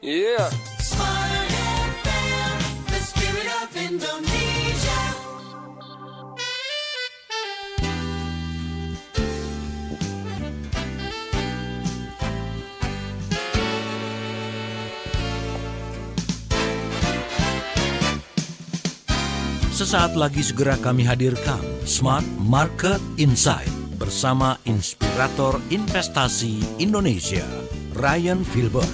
Yeah. Smart FM, the spirit of Indonesia. Sesaat lagi segera kami hadirkan Smart Market Insight bersama inspirator investasi Indonesia, Ryan Filbert.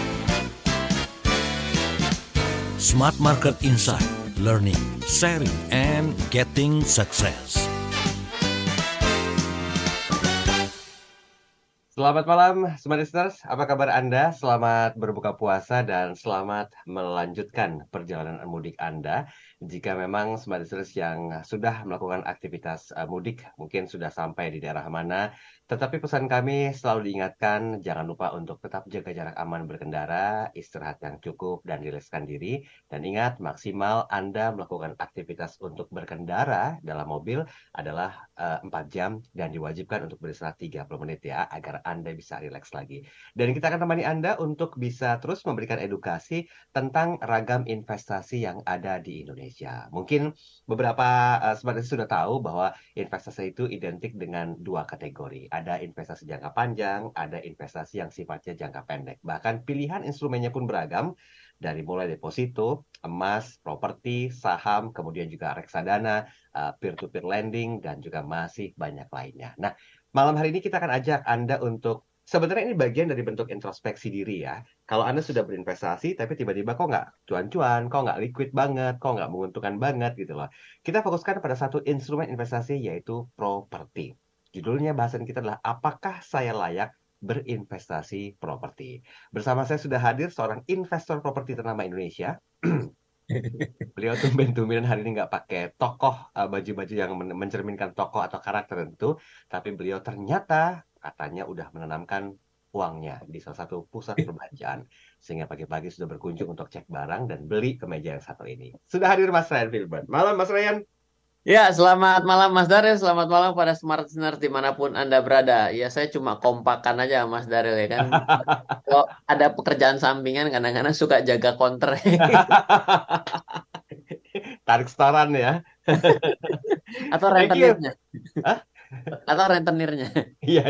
Smart Market Insight, learning, sharing, and getting success. Selamat malam, Smart Listeners. Apa kabar Anda? Selamat berbuka puasa dan selamat melanjutkan perjalanan mudik Anda. Jika memang Smart Listeners yang sudah melakukan aktivitas mudik, mungkin sudah sampai di daerah mana, tetapi pesan kami selalu diingatkan, jangan lupa untuk tetap jaga jarak aman berkendara, istirahat yang cukup, dan rilekskan diri. Dan ingat, maksimal Anda melakukan aktivitas untuk berkendara dalam mobil adalah 4 jam dan diwajibkan untuk beristirahat 30 menit ya, agar Anda bisa rileks lagi. Dan kita akan temani Anda untuk bisa terus memberikan edukasi tentang ragam investasi yang ada di Indonesia. Mungkin beberapa Smart Listeners sudah tahu bahwa investasi itu identik dengan dua kategori. Ada investasi jangka panjang, ada investasi yang sifatnya jangka pendek. Bahkan pilihan instrumennya pun beragam, dari mulai deposito, emas, properti, saham, kemudian juga reksadana, peer-to-peer lending, dan juga masih banyak lainnya. Nah, malam hari ini kita akan ajak Anda untuk, sebenarnya ini bagian dari bentuk introspeksi diri ya. Kalau Anda sudah berinvestasi, tapi tiba-tiba kok nggak cuan-cuan, kok nggak liquid banget, kok nggak menguntungkan banget gitu loh. Kita fokuskan pada satu instrumen investasi yaitu properti. Judulnya bahasan kita adalah apakah saya layak berinvestasi properti. Bersama saya sudah hadir seorang investor properti ternama Indonesia. Beliau tumben-tumbenan hari ini nggak pakai tokoh, baju-baju yang mencerminkan tokoh atau karakter tertentu, tapi beliau ternyata katanya udah menanamkan uangnya di salah satu pusat perbelanjaan, sehingga pagi-pagi sudah berkunjung untuk cek barang dan beli kemeja yang satu ini. Sudah hadir Mas Ryan Filbert. Malam Mas Ryan. Ya, selamat malam Mas Daril, selamat malam pada Smart Listener dimanapun Anda berada. Ya, saya cuma kompakan aja Mas Daril ya kan. Kalau ada pekerjaan sampingan kadang-kadang suka jaga konter. Tarik setoran ya. Atau Thank you. rentenirnya. Hah? Atau rentenirnya. Iya.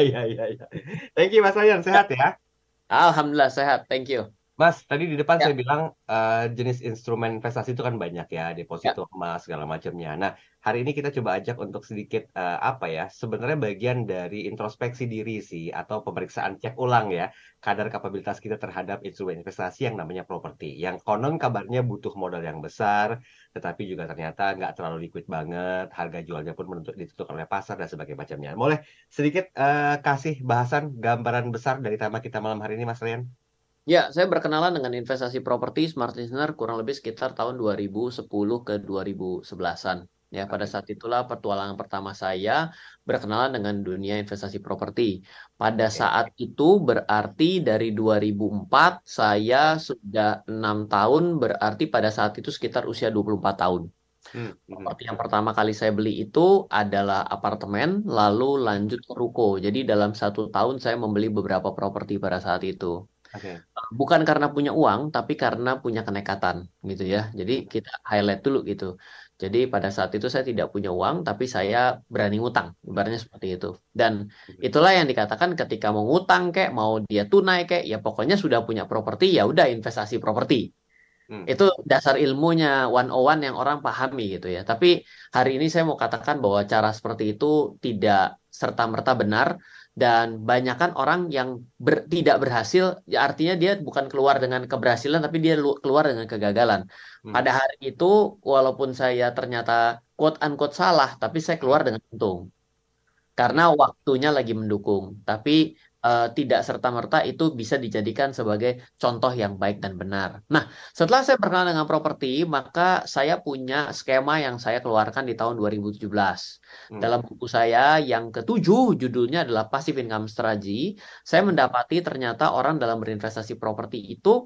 Thank you Mas Ryan, sehat ya? Alhamdulillah sehat, thank you. Mas, tadi di depan Ya. saya bilang jenis instrumen investasi itu kan banyak ya, deposito emas segala macamnya. Nah, hari ini kita coba ajak untuk sedikit sebenarnya bagian dari introspeksi diri sih atau pemeriksaan cek ulang ya, kadar kapabilitas kita terhadap instrumen investasi yang namanya properti. Yang konon kabarnya butuh modal yang besar, tetapi juga ternyata nggak terlalu liquid banget, harga jualnya pun ditentukan oleh pasar dan sebagainya macamnya. Boleh sedikit kasih bahasan gambaran besar dari tema kita malam hari ini, Mas Rian? Ya, saya berkenalan dengan investasi properti Smart Listener kurang lebih sekitar tahun 2010 ke 2011-an. Ya, pada saat itulah petualangan pertama saya berkenalan dengan dunia investasi properti. Pada saat itu berarti dari 2004 saya sudah 6 tahun, berarti pada saat itu sekitar usia 24 tahun. Properti yang pertama kali saya beli itu adalah apartemen, lalu lanjut ke ruko. Jadi dalam 1 tahun saya membeli beberapa properti pada saat itu. Oke. Bukan karena punya uang, tapi karena punya kenekatan, gitu ya. Jadi kita highlight dulu gitu. Jadi pada saat itu saya tidak punya uang, tapi saya berani ngutang, ibaratnya seperti itu. Dan itulah yang dikatakan ketika mau ngutang kek, mau dia tunai kek, ya pokoknya sudah punya properti, ya udah investasi properti. Itu dasar ilmunya 101 yang orang pahami gitu ya. Tapi hari ini saya mau katakan bahwa cara seperti itu tidak serta-merta benar. Dan banyakkan orang yang tidak berhasil, ya artinya dia bukan keluar dengan keberhasilan, tapi dia keluar dengan kegagalan. Pada hari itu, walaupun saya ternyata quote-unquote salah, tapi saya keluar dengan untung. Karena waktunya lagi mendukung. Tapi tidak serta-merta itu bisa dijadikan sebagai contoh yang baik dan benar. Nah, setelah saya berkenalan dengan properti, maka saya punya skema yang saya keluarkan di tahun 2017. Dalam buku saya yang ke-7, judulnya adalah Passive Income Strategy, saya mendapati ternyata orang dalam berinvestasi properti itu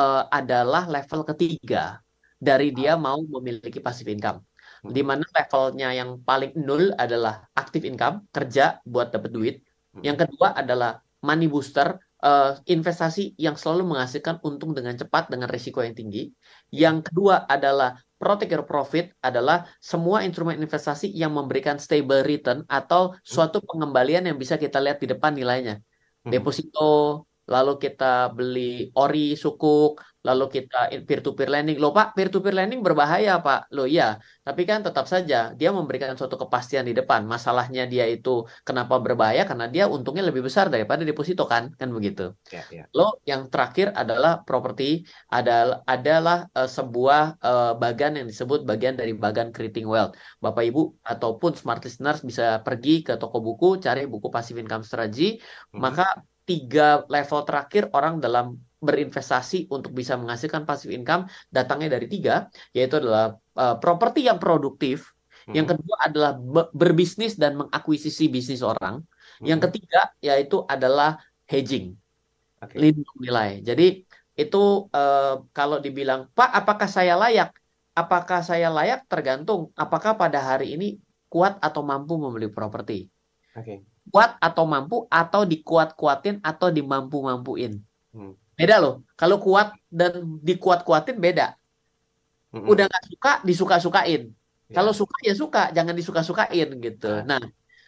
adalah level ketiga dari dia mau memiliki passive income. Di mana levelnya yang paling nol adalah active income, kerja buat dapat duit. Yang kedua adalah money booster, investasi yang selalu menghasilkan untung dengan cepat dengan risiko yang tinggi. Yang kedua adalah protect your profit, adalah semua instrumen investasi yang memberikan stable return atau suatu pengembalian yang bisa kita lihat di depan nilainya. Deposito, lalu kita beli ori, sukuk, lalu kita peer-to-peer lending. Loh Pak, peer-to-peer lending berbahaya Pak. Loh iya, tapi kan tetap saja dia memberikan suatu kepastian di depan. Masalahnya dia itu kenapa berbahaya? Karena dia untungnya lebih besar daripada deposito kan begitu. Lalu yang terakhir adalah properti, adalah sebuah bagian yang disebut bagian dari bagian creating wealth. Bapak Ibu ataupun smart listeners bisa pergi ke toko buku, cari buku passive income strategy, maka 3 level terakhir orang dalam berinvestasi untuk bisa menghasilkan passive income datangnya dari 3, yaitu adalah properti yang produktif, yang kedua adalah berbisnis dan mengakuisisi bisnis orang, yang ketiga yaitu adalah hedging, lindung nilai. Jadi itu kalau dibilang, Pak, apakah saya layak? Apakah saya layak tergantung apakah pada hari ini kuat atau mampu membeli properti. Kuat atau mampu, atau dikuat-kuatin atau dimampu-mampuin. Beda loh. Kalau kuat dan dikuat-kuatin beda. Udah nggak suka, disuka-sukain. Kalau suka ya suka, jangan disuka-sukain gitu. Nah,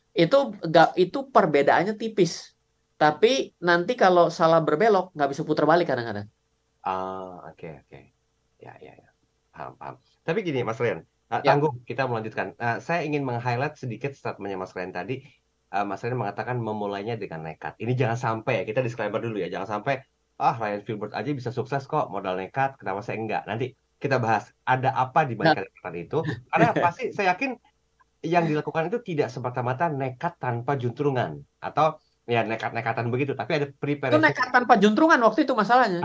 itu perbedaannya tipis. Tapi nanti kalau salah berbelok nggak bisa putar balik kadang-kadang. Oke. Ya. Paham. Tapi gini Mas Rian, tangguh kita melanjutkan. Saya ingin meng-highlight sedikit statementnya Mas Rian tadi. Mas Rian mengatakan memulainya dengan nekat. Ini jangan sampai ya, kita disclaimer dulu ya, jangan sampai Ryan Filbert aja bisa sukses kok modal nekat, kenapa saya enggak? Nanti kita bahas ada apa di balik kenekatan itu. Karena pasti saya yakin yang dilakukan itu tidak semata-mata nekat tanpa juntrungan atau ya nekat-nekatan begitu, tapi ada preparation. Itu nekat tanpa juntrungan waktu itu masalahnya.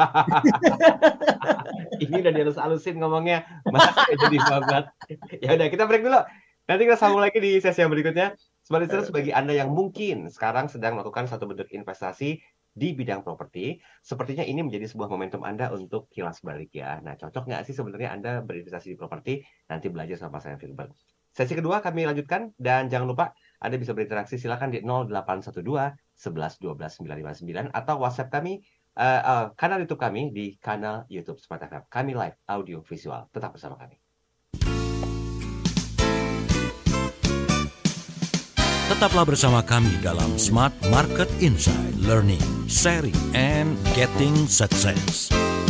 Ini udah dihalus-halusin ngomongnya, masa jadi banget. Ya udah, kita break dulu. Nanti kita sambung lagi di sesi yang berikutnya. Smart listeners, bagi Anda yang mungkin sekarang sedang melakukan satu bentuk investasi di bidang properti, sepertinya ini menjadi sebuah momentum Anda untuk kilas balik ya. Nah, cocok nggak sih sebenarnya Anda berinvestasi di properti? Nanti belajar sama saya Filbert. Sesi kedua kami lanjutkan, dan jangan lupa Anda bisa berinteraksi silakan di 0812 11 12 959 atau WhatsApp kami, kanal YouTube kami di kanal YouTube Smart FM. Kami live audio visual. Tetap bersama kami. Tetaplah bersama kami dalam Smart Market Insight, Learning, Sharing, and Getting Success.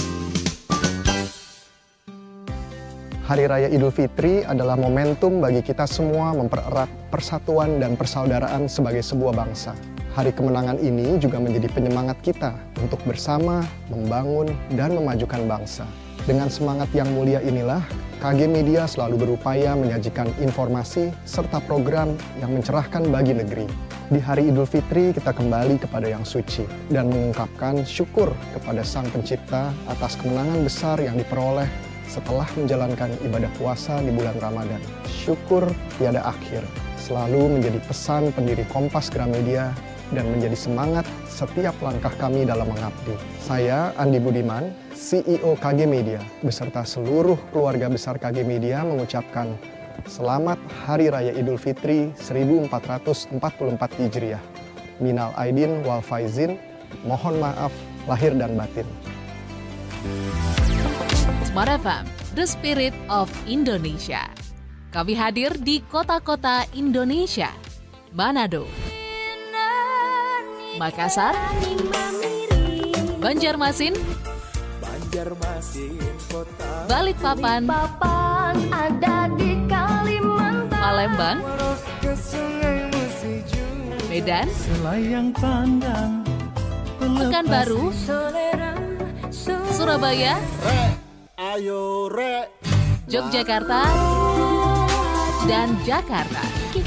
Hari Raya Idul Fitri adalah momentum bagi kita semua mempererat persatuan dan persaudaraan sebagai sebuah bangsa. Hari kemenangan ini juga menjadi penyemangat kita untuk bersama membangun dan memajukan bangsa. Dengan semangat yang mulia inilah, KG Media selalu berupaya menyajikan informasi serta program yang mencerahkan bagi negeri. Di hari Idul Fitri kita kembali kepada yang suci dan mengungkapkan syukur kepada Sang Pencipta atas kemenangan besar yang diperoleh setelah menjalankan ibadah puasa di bulan Ramadan. Syukur tiada akhir selalu menjadi pesan pendiri Kompas Gramedia dan menjadi semangat setiap langkah kami dalam mengabdi. Saya Andi Budiman, CEO KG Media, beserta seluruh keluarga besar KG Media mengucapkan Selamat Hari Raya Idul Fitri 1444 Hijriah. Minal Aidin wal Faizin, mohon maaf lahir dan batin. Smart FM, the spirit of Indonesia. Kami hadir di kota-kota Indonesia. Manado, Makassar, Banjarmasin, Balikpapan, ada di Kalimantan, Palembang, Medan, Pekanbaru, Surabaya, Yogyakarta, dan Jakarta.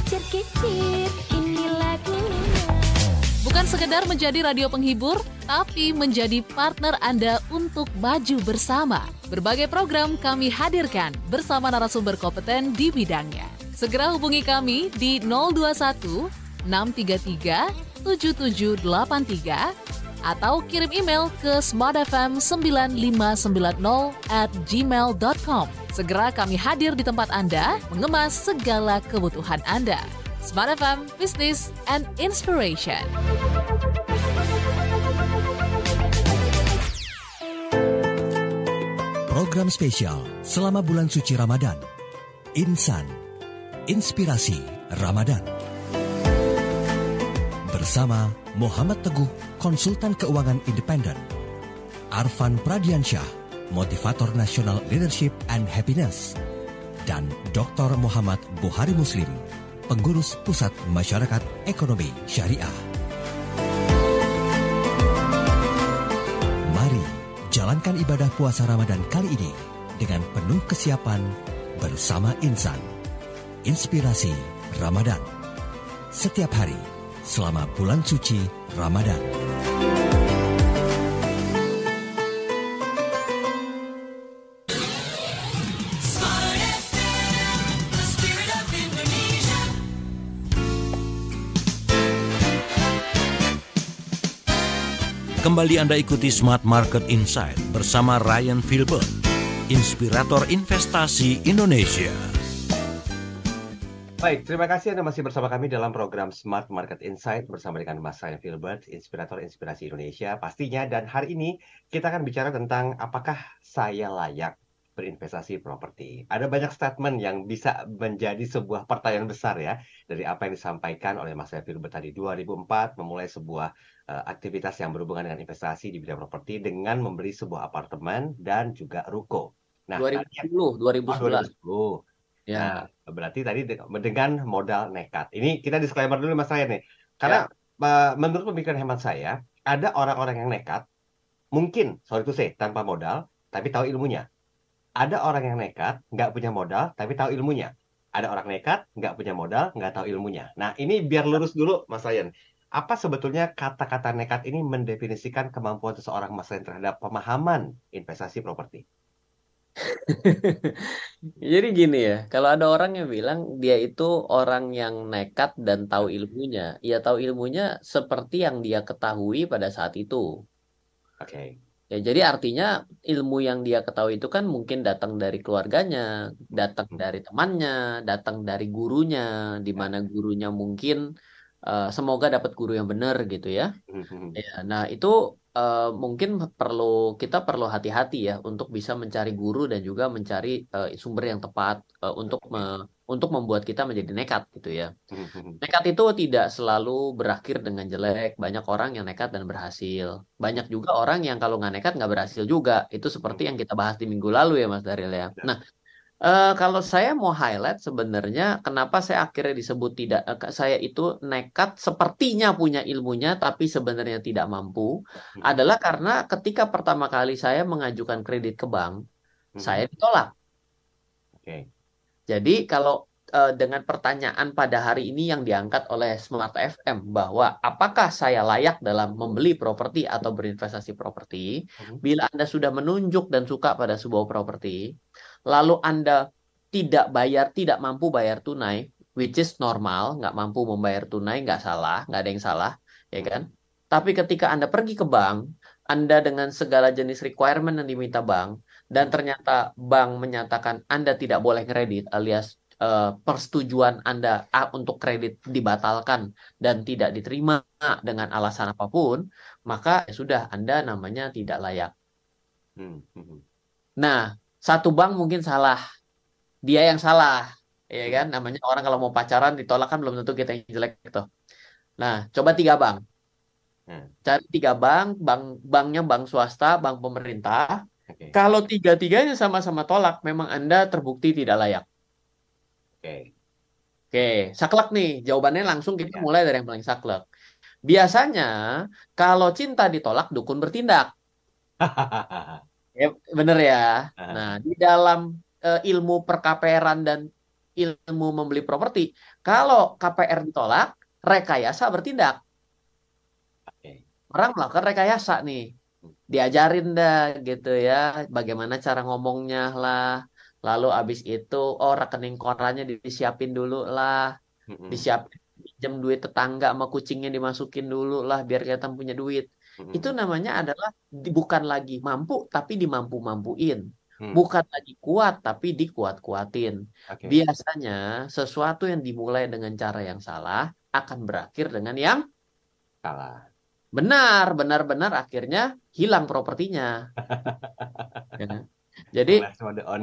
Bukan sekedar menjadi radio penghibur, tapi menjadi partner Anda untuk maju bersama. Berbagai program kami hadirkan bersama narasumber kompeten di bidangnya. Segera hubungi kami di 021 633 7783 atau kirim email ke smartfm9590@gmail.com. Segera kami hadir di tempat Anda, mengemas segala kebutuhan Anda. Smart FM, Business and Inspiration. program spesial selama bulan suci Ramadan. Insan, Inspirasi Ramadan. Bersama Muhammad Teguh, konsultan keuangan independen. Arfan Pradiansyah, motivator nasional leadership and happiness. Dan Dr. Muhammad Buhari Muslim, pengurus Pusat Masyarakat Ekonomi Syariah. Mari jalankan ibadah puasa Ramadan kali ini dengan penuh kesiapan bersama Insan. Inspirasi Ramadan. Setiap hari selama bulan suci Ramadan. Kembali Anda ikuti Smart Market Insight bersama Ryan Filbert, inspirator investasi Indonesia. Baik, terima kasih Anda masih bersama kami dalam program Smart Market Insight bersama dengan Mas Ryan Filbert, inspirator inspirasi Indonesia pastinya. Dan hari ini kita akan bicara tentang apakah saya layak berinvestasi properti. Ada banyak statement yang bisa menjadi sebuah pertanyaan besar ya dari apa yang disampaikan oleh Mas Ryan Filbert tadi. 2004 memulai sebuah aktivitas yang berhubungan dengan investasi di bidang properti dengan membeli sebuah apartemen dan juga ruko. Nah, 2010. Ya. Nah, berarti tadi dengan modal nekat. Ini kita disclaimer dulu Mas Ryan nih. Karena menurut pemikiran hemat saya, ada orang-orang yang nekat, mungkin, sorry to say, tanpa modal, tapi tahu ilmunya. Ada orang yang nekat, nggak punya modal, tapi tahu ilmunya. Ada orang nekat, nggak punya modal, nggak tahu ilmunya. Nah, ini biar lurus dulu, Mas Ryan. Apa sebetulnya kata-kata nekat ini mendefinisikan kemampuan seseorang Mas Ryan terhadap pemahaman investasi properti? Jadi gini ya, kalau ada orang yang bilang dia itu orang yang nekat dan tahu ilmunya, ya tahu ilmunya seperti yang dia ketahui pada saat itu. Oke. Ya, jadi artinya ilmu yang dia ketahui itu kan mungkin datang dari keluarganya, datang dari temannya, datang dari gurunya, di mana gurunya mungkin semoga dapat guru yang benar gitu ya. Ya, nah itu mungkin kita perlu hati-hati ya untuk bisa mencari guru dan juga mencari sumber yang tepat untuk membuat kita menjadi nekat gitu ya. Nekat itu tidak selalu berakhir dengan jelek. Banyak orang yang nekat dan berhasil. Banyak juga orang yang kalau nggak nekat nggak berhasil juga. Itu seperti yang kita bahas di minggu lalu ya Mas Daryl ya. Nah, kalau saya mau highlight sebenarnya kenapa saya akhirnya disebut saya itu nekat sepertinya punya ilmunya tapi sebenarnya tidak mampu adalah karena ketika pertama kali saya mengajukan kredit ke bank, saya ditolak. Oke. Jadi kalau dengan pertanyaan pada hari ini yang diangkat oleh Smart FM bahwa apakah saya layak dalam membeli properti atau berinvestasi properti, bila Anda sudah menunjuk dan suka pada sebuah properti, lalu Anda tidak mampu bayar tunai, which is normal, nggak mampu membayar tunai, nggak salah, nggak ada yang salah, ya kan? Tapi ketika Anda pergi ke bank, Anda dengan segala jenis requirement yang diminta bank, dan ternyata bank menyatakan Anda tidak boleh kredit alias persetujuan Anda untuk kredit dibatalkan dan tidak diterima dengan alasan apapun, maka ya sudah Anda namanya tidak layak. Nah, satu bank mungkin salah, dia yang salah, ya kan? Namanya orang kalau mau pacaran ditolak kan belum tentu kita yang jelek gitu. Nah, coba 3 bank, cari 3 bank, banknya bank swasta, bank pemerintah. Okay. Kalau 3-tiganya sama-sama tolak, memang Anda terbukti tidak layak. Oke, saklek nih. Jawabannya langsung kita mulai dari yang paling saklek. Biasanya kalau cinta ditolak, dukun bertindak. Ya, bener ya. Nah, di dalam ilmu perKPR-an dan ilmu membeli properti, kalau KPR ditolak, rekayasa bertindak. Orang melakukan rekayasa nih. Diajarin dah gitu ya, bagaimana cara ngomongnya lah. Lalu abis itu, rekening korannya disiapin dulu lah. Disiapin pinjam duit tetangga sama kucingnya dimasukin dulu lah biar kelihatan punya duit. Itu namanya adalah bukan lagi mampu tapi dimampu-mampuin. Bukan lagi kuat tapi dikuat-kuatin. Biasanya sesuatu yang dimulai dengan cara yang salah akan berakhir dengan yang salah. Benar, benar-benar akhirnya hilang propertinya. Ya. Jadi Last mode on.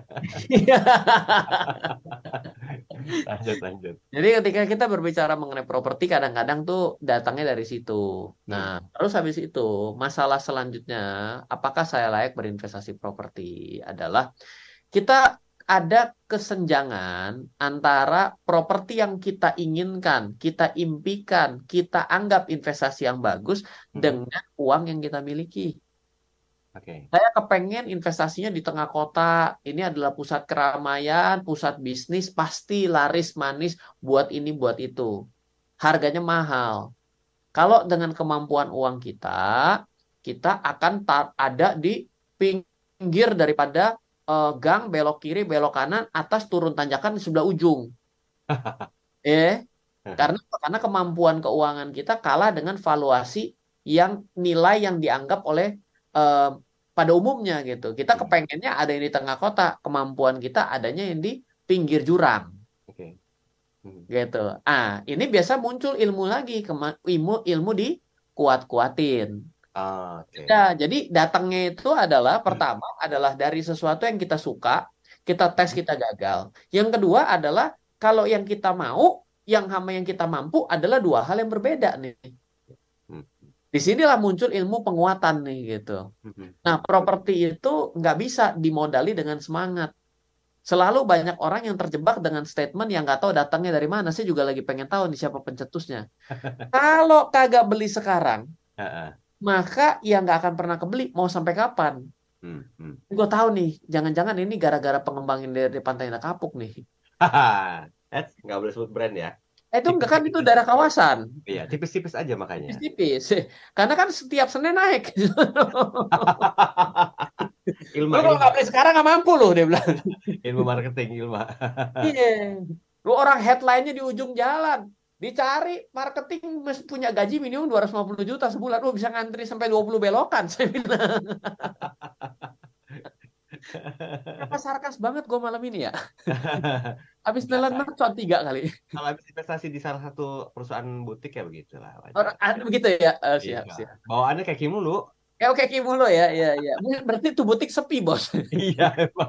Lanjut. Jadi ketika kita berbicara mengenai properti kadang-kadang tuh datangnya dari situ. Nah, terus habis itu masalah selanjutnya, apakah saya layak berinvestasi properti adalah kita ada kesenjangan antara properti yang kita inginkan, kita impikan, kita anggap investasi yang bagus dengan uang yang kita miliki. Oke. Saya kepengen investasinya di tengah kota. Ini adalah pusat keramaian, pusat bisnis, pasti laris manis buat ini, buat itu. Harganya mahal. Kalau dengan kemampuan uang kita akan ada di pinggir daripada gang, belok kiri, belok kanan, atas turun tanjakan di sebelah ujung. Karena kemampuan keuangan kita kalah dengan valuasi yang nilai yang dianggap oleh pada umumnya gitu. Kita kepengennya ada yang di tengah kota, kemampuan kita adanya yang di pinggir jurang. Oke. Gitu. Ini biasa muncul ilmu lagi, ilmu dikuat-kuatin. Oke. Nah, jadi datangnya itu adalah pertama adalah dari sesuatu yang kita suka, kita tes, kita gagal. Yang kedua adalah kalau yang kita mau, yang sama yang kita mampu adalah dua hal yang berbeda nih. Disinilah muncul ilmu penguatan nih gitu. Nah, properti itu nggak bisa dimodali dengan semangat. Selalu banyak orang yang terjebak dengan statement yang nggak tahu datangnya dari mana. Saya juga lagi pengen tahu nih siapa pencetusnya. Kalau kagak beli sekarang, maka ya nggak akan pernah kebeli. Mau sampai kapan? Gue tahu nih, jangan-jangan ini gara-gara pengembangin dari Pantai Indah Kapuk nih. Nggak boleh sebut brand ya. Itu enggak kan, itu daerah kawasan. Iya, tipis-tipis aja makanya. Tipis-tipis. Karena kan setiap Senin naik. Ilmu kalau nggak beli sekarang nggak mampu loh, dia bilang. Ilmu marketing, Ilma. Iya. Lu orang headline-nya di ujung jalan. Dicari marketing punya gaji minimum 250 juta sebulan. Lu bisa ngantri sampai 20 belokan, saya bilang. Kenapa sarkas banget gue malam ini ya? Habis nelan mercon 3 kali. Kalau habis investasi di salah satu perusahaan butik ya begitulah. Begitu ya? Siap. Bawaannya kayak mulu. Ya oke, mulu ya. Berarti itu butik sepi, bos. Iya, emang.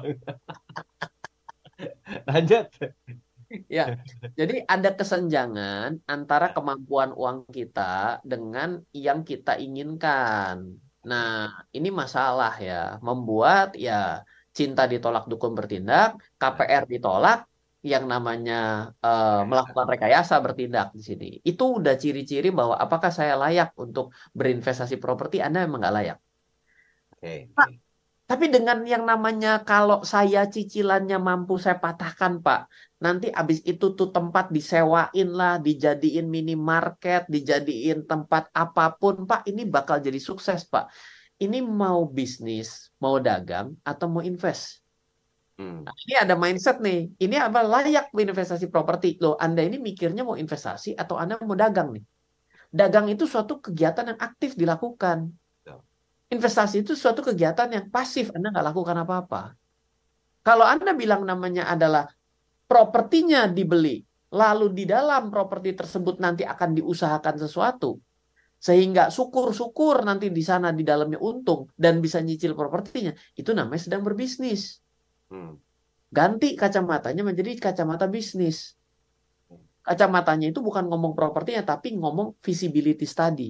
Lanjut. Ya, jadi ada kesenjangan antara kemampuan uang kita dengan yang kita inginkan. Nah, ini masalah ya, membuat ya cinta ditolak dukun bertindak, KPR ditolak, yang namanya melakukan rekayasa bertindak di sini. Itu udah ciri-ciri bahwa apakah saya layak untuk berinvestasi properti, Anda memang nggak layak. Oke. Pak, tapi dengan yang namanya kalau saya cicilannya mampu saya patahkan, Pak. Nanti abis itu tuh tempat disewain lah, dijadiin minimarket, dijadiin tempat apapun, Pak. Ini bakal jadi sukses, Pak. Ini mau bisnis, mau dagang, atau mau invest? Nah, ini ada mindset nih. Ini apa layak berinvestasi properti? Loh, Anda ini mikirnya mau investasi atau Anda mau dagang nih? Dagang itu suatu kegiatan yang aktif dilakukan. Investasi itu suatu kegiatan yang pasif, Anda nggak lakukan apa-apa. Kalau Anda bilang namanya adalah propertinya dibeli, lalu di dalam properti tersebut nanti akan diusahakan sesuatu, sehingga syukur-syukur nanti di sana di dalamnya untung dan bisa nyicil propertinya, itu namanya sedang berbisnis. Ganti kacamatanya menjadi kacamata bisnis. Kacamatanya itu bukan ngomong propertinya, tapi ngomong feasibility study.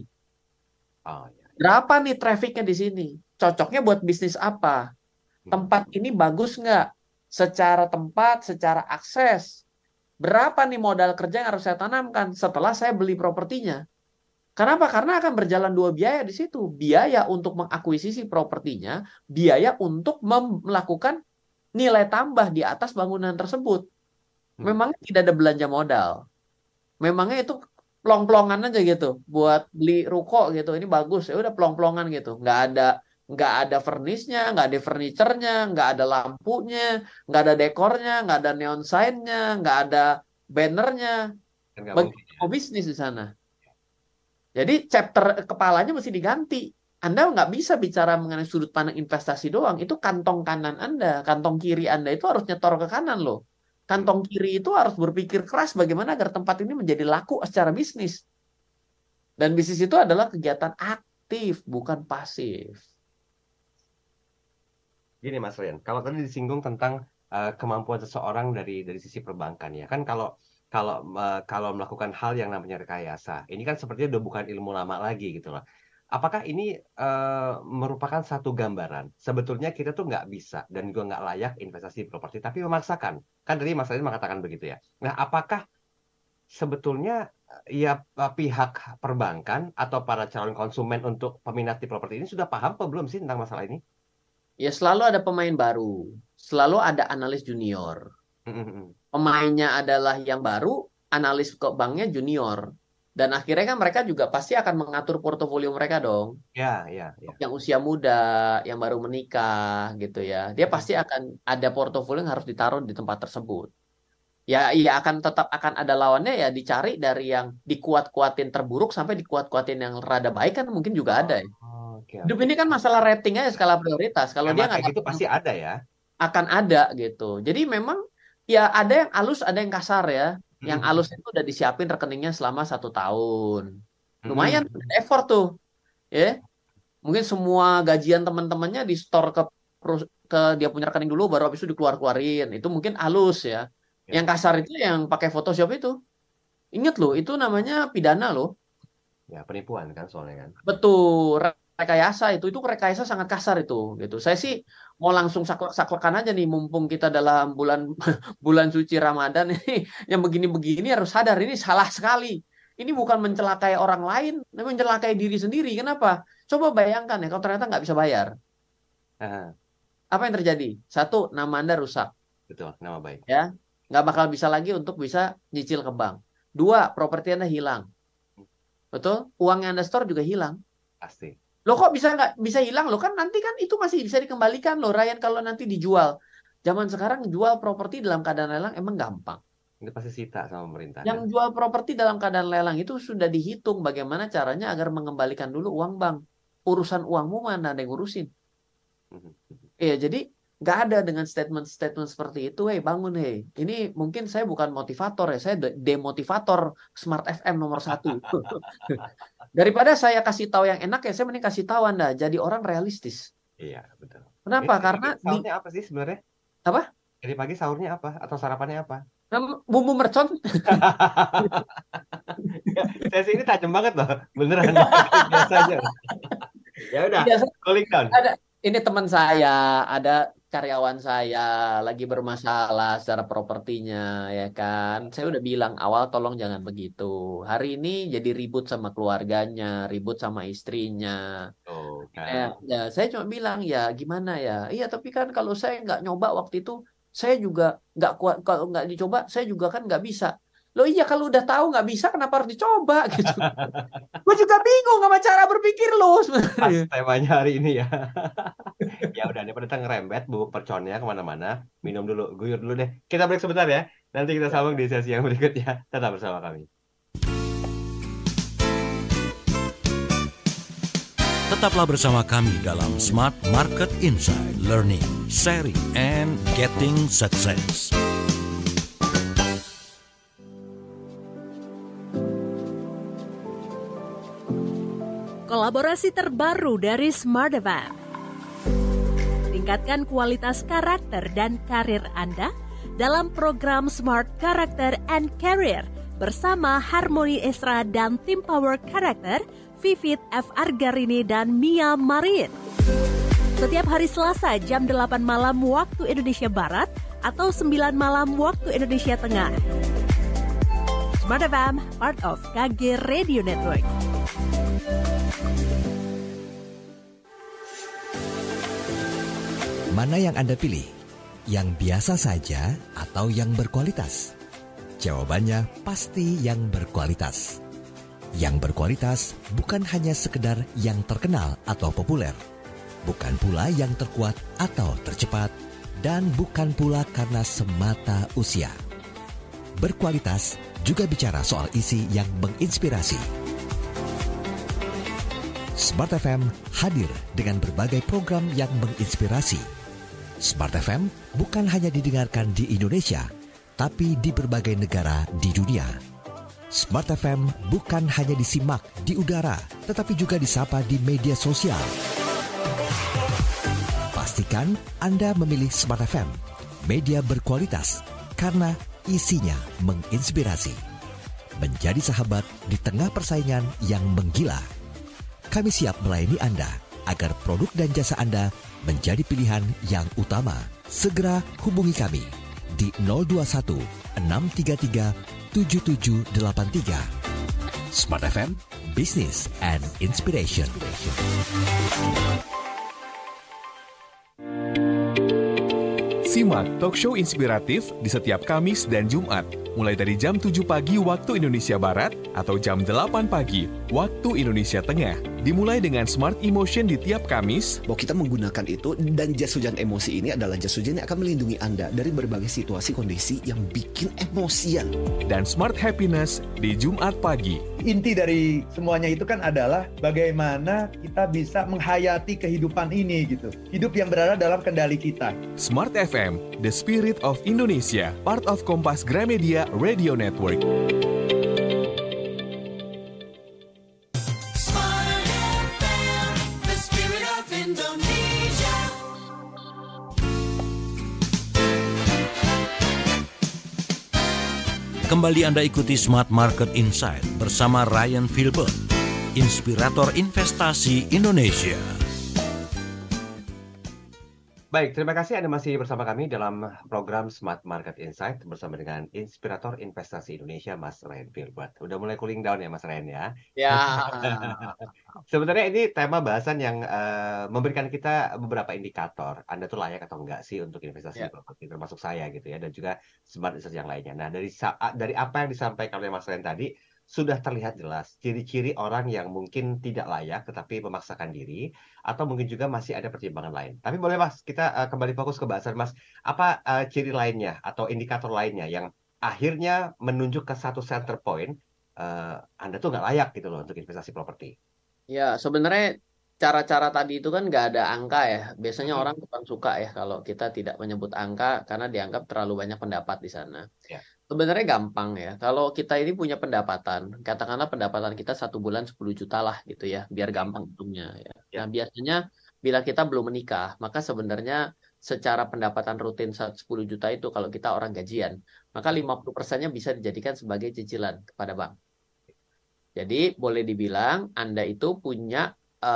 Berapa nih trafficnya di sini? Cocoknya buat bisnis apa? Tempat ini bagus nggak? Secara tempat, secara akses. Berapa nih modal kerja yang harus saya tanamkan setelah saya beli propertinya? Kenapa? Karena akan berjalan dua biaya di situ. Biaya untuk mengakuisisi propertinya, biaya untuk melakukan nilai tambah di atas bangunan tersebut. Memangnya tidak ada belanja modal. Memangnya itu plong-plongan aja gitu buat beli ruko gitu, ini bagus ya udah plong-plongan gitu, nggak ada furnish-nya, nggak ada furniture-nya, nggak ada lampunya, nggak ada dekornya, nggak ada neon sign-nya, nggak ada bannernya. Bagaimana bisnis di sana? Jadi chapter kepalanya mesti diganti. Anda nggak bisa bicara mengenai sudut pandang investasi doang, itu kantong kanan Anda, kantong kiri Anda itu harus nyetor ke kanan loh. Kantong kiri itu harus berpikir keras bagaimana agar tempat ini menjadi laku secara bisnis. Dan bisnis itu adalah kegiatan aktif, bukan pasif. Gini Mas Rian, kalau tadi disinggung tentang kemampuan seseorang dari sisi perbankan ya kan, kalau melakukan hal yang namanya rekayasa, ini kan sepertinya udah bukan ilmu lama lagi gitu loh. Apakah ini merupakan satu gambaran sebetulnya kita tuh nggak bisa dan juga nggak layak investasi di properti, tapi memaksakan? Kan tadi Mas Rian mengatakan begitu ya. Nah, apakah sebetulnya ya pihak perbankan atau para calon konsumen untuk peminat di properti ini sudah paham atau belum sih tentang masalah ini? Ya selalu ada pemain baru, selalu ada analis junior. Pemainnya adalah yang baru, analis ke banknya junior. Dan akhirnya kan mereka juga pasti akan mengatur portofolio mereka dong. Ya. Yang usia muda, yang baru menikah gitu ya. Dia pasti akan ada portofolio yang harus ditaruh di tempat tersebut. Ya tetap akan ada lawannya, ya dicari dari yang dikuat-kuatin terburuk sampai dikuat-kuatin yang rada baik kan mungkin juga ada ya. Oke. Hidup ini kan masalah rating aja, skala prioritas. Kalau dia kayak nggak gitu pasti ada ya. akan ada gitu. Jadi memang ya ada yang halus, ada yang kasar ya. Yang halus itu udah disiapin rekeningnya selama 1 tahun. Lumayan effort tuh. Ya. Mungkin semua gajian teman-temannya di store ke dia punya rekening dulu, baru habis itu dikeluarin. Itu mungkin halus ya. Yang kasar itu yang pakai Photoshop itu. Ingat loh, itu namanya pidana loh. Ya, penipuan kan soalnya kan. Betul, rekayasa itu rekayasa sangat kasar itu gitu. Saya sih mau langsung saklek-saklekan aja nih, mumpung kita dalam bulan suci Ramadan ini, yang begini-begini harus sadar ini salah sekali. Ini bukan mencelakai orang lain, tapi mencelakai diri sendiri. Kenapa? Coba bayangkan ya, kalau ternyata nggak bisa bayar. Apa yang terjadi? 1, nama Anda rusak. Betul, nama baik. Ya, nggak bakal bisa lagi untuk bisa nyicil ke bank. 2, properti Anda hilang. Betul? Uang yang Anda store juga hilang. Pasti. Loh kok nggak bisa hilang? Loh kan nanti kan itu masih bisa dikembalikan loh, Ryan, kalau nanti dijual. Zaman sekarang jual properti dalam keadaan lelang emang gampang. Itu pasti sita sama pemerintah. Yang jual properti dalam keadaan lelang itu sudah dihitung bagaimana caranya agar mengembalikan dulu uang bank. Urusan uangmu mana ada yang ngurusin. Iya, jadi nggak ada dengan statement-statement seperti itu. Bangun ini mungkin saya bukan motivator ya, saya demotivator Smart FM nomor 1. Daripada saya kasih tahu yang enak ya, saya mending kasih tahu Anda jadi orang realistis. Iya, betul. Kenapa? Karena sahurnya apa sih sebenarnya? Apa? Jadi pagi sahurnya apa atau sarapannya apa? Bumbu mercon. Saya sih ini tajam banget loh, beneran. Biasa aja. Ya udah, calling down. Ini teman saya, ada karyawan saya lagi bermasalah secara propertinya ya kan. Saya udah bilang awal tolong jangan begitu. Hari ini jadi ribut sama keluarganya, ribut sama istrinya. Ya, saya cuma bilang ya gimana ya. Iya tapi kan kalau saya nggak nyoba waktu itu, saya juga nggak kuat. Kalau nggak dicoba, saya juga kan nggak bisa. Loh iya kalau udah tahu nggak bisa kenapa harus dicoba gitu. Gue juga bingung sama cara berpikir lo sebenarnya. Pas temanya hari ini ya. Ya udah, daripada kita ngerembet bubuk perconnya kemana-mana, minum dulu, guyur dulu deh. Kita break sebentar ya. Nanti kita sambung di sesi yang berikutnya. Tetap bersama kami. Tetaplah bersama kami dalam Smart Market Insight, Learning, Sharing, and Getting Success. Kolaborasi terbaru dari Smart FM. Tingkatkan kualitas karakter dan karir Anda dalam program Smart Character and Career bersama Harmony Esra dan tim Power Character Vivit F. Argarini dan Mia Marin. Setiap hari Selasa jam 8 malam waktu Indonesia Barat atau 9 malam waktu Indonesia Tengah. Smart FM, part of KG Radio Network. Mana yang Anda pilih? Yang biasa saja atau yang berkualitas? Jawabannya pasti yang berkualitas. Yang berkualitas bukan hanya sekedar yang terkenal atau populer. Bukan pula yang terkuat atau tercepat. Dan bukan pula karena semata usia. Berkualitas juga bicara soal isi yang menginspirasi. Smart FM hadir dengan berbagai program yang menginspirasi. Smart FM bukan hanya didengarkan di Indonesia, tapi di berbagai negara di dunia. Smart FM bukan hanya disimak di udara, tetapi juga disapa di media sosial. Pastikan Anda memilih Smart FM, media berkualitas, karena isinya menginspirasi. Menjadi sahabat di tengah persaingan yang menggila. Kami siap melayani Anda agar produk dan jasa Anda menjadi pilihan yang utama. Segera hubungi kami di 021 633 7783. Smart FM, Business and Inspiration. Simak talk show inspiratif di setiap Kamis dan Jumat, mulai dari jam 7 pagi waktu Indonesia Barat atau jam 8 pagi waktu Indonesia Tengah. Dimulai dengan Smart Emotion di tiap Kamis. Bahwa kita menggunakan itu, dan jas hujan emosi ini adalah jas hujan yang akan melindungi Anda dari berbagai situasi kondisi yang bikin emosian. Dan Smart Happiness di Jumat pagi. Inti dari semuanya itu kan adalah bagaimana kita bisa menghayati kehidupan ini gitu. Hidup yang berada dalam kendali kita. Smart FM, The Spirit of Indonesia, part of Kompas Gramedia Radio Network. Kembali Anda ikuti Smart Market Insight bersama Ryan Filbert, inspirator investasi Indonesia. Baik, terima kasih Anda masih bersama kami dalam program Smart Market Insight bersama dengan inspirator investasi Indonesia, Mas Ryan Filbert. Udah mulai cooling down ya Mas Ryan ya? Ya. Sebenarnya ini tema bahasan yang memberikan kita beberapa indikator. Anda tuh layak atau enggak sih untuk investasi di properti, termasuk saya gitu ya, dan juga smart investor yang lainnya. Nah, dari apa yang disampaikan oleh Mas Ryan tadi, sudah terlihat jelas ciri-ciri orang yang mungkin tidak layak tetapi memaksakan diri, atau mungkin juga masih ada pertimbangan lain. Tapi boleh Mas, kita kembali fokus ke bahasan Mas. Apa ciri lainnya atau indikator lainnya yang akhirnya menunjuk ke satu center point Anda tuh nggak layak gitu loh untuk investasi properti? Ya, sebenarnya cara-cara tadi itu kan nggak ada angka ya. Biasanya orang kurang suka ya kalau kita tidak menyebut angka karena dianggap terlalu banyak pendapat di sana. Ya. Sebenarnya gampang ya. Kalau kita ini punya pendapatan, katakanlah pendapatan kita 1 bulan 10 juta lah gitu ya, biar gampang hitungnya ya. Nah, biasanya bila kita belum menikah, maka sebenarnya secara pendapatan rutin 10 juta itu kalau kita orang gajian, maka 50%-nya bisa dijadikan sebagai cicilan kepada bank. Jadi boleh dibilang Anda itu punya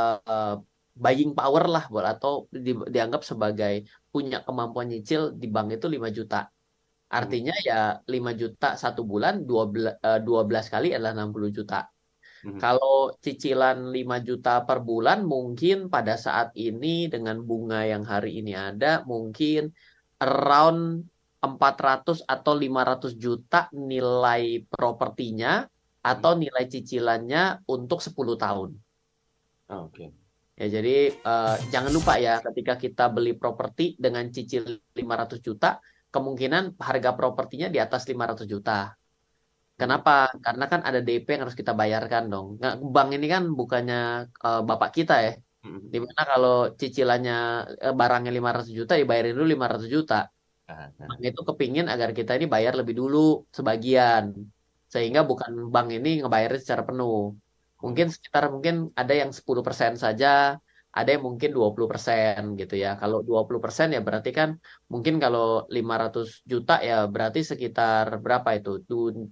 buying power lah, atau dianggap sebagai punya kemampuan nyicil di bank itu 5 juta. Artinya ya 5 juta 1 bulan 12 kali adalah 60 juta. Kalau cicilan 5 juta per bulan mungkin pada saat ini dengan bunga yang hari ini ada mungkin around 400 atau 500 juta nilai propertinya atau nilai cicilannya untuk 10 tahun. Oke. Ya, jadi jangan lupa ya, ketika kita beli properti dengan cicil 500 juta, kemungkinan harga propertinya di atas 500 juta. Kenapa? Karena kan ada DP yang harus kita bayarkan dong. Nah, bank ini kan bukannya bapak kita ya. Dimana kalau cicilannya barangnya 500 juta, dibayarin dulu 500 juta. Bank itu kepingin agar kita ini bayar lebih dulu sebagian. Sehingga bukan bank ini ngebayarin secara penuh. Mungkin ada yang 10% saja, ada yang mungkin 20% gitu ya. Kalau 20% ya berarti kan mungkin kalau 500 juta ya berarti sekitar berapa itu?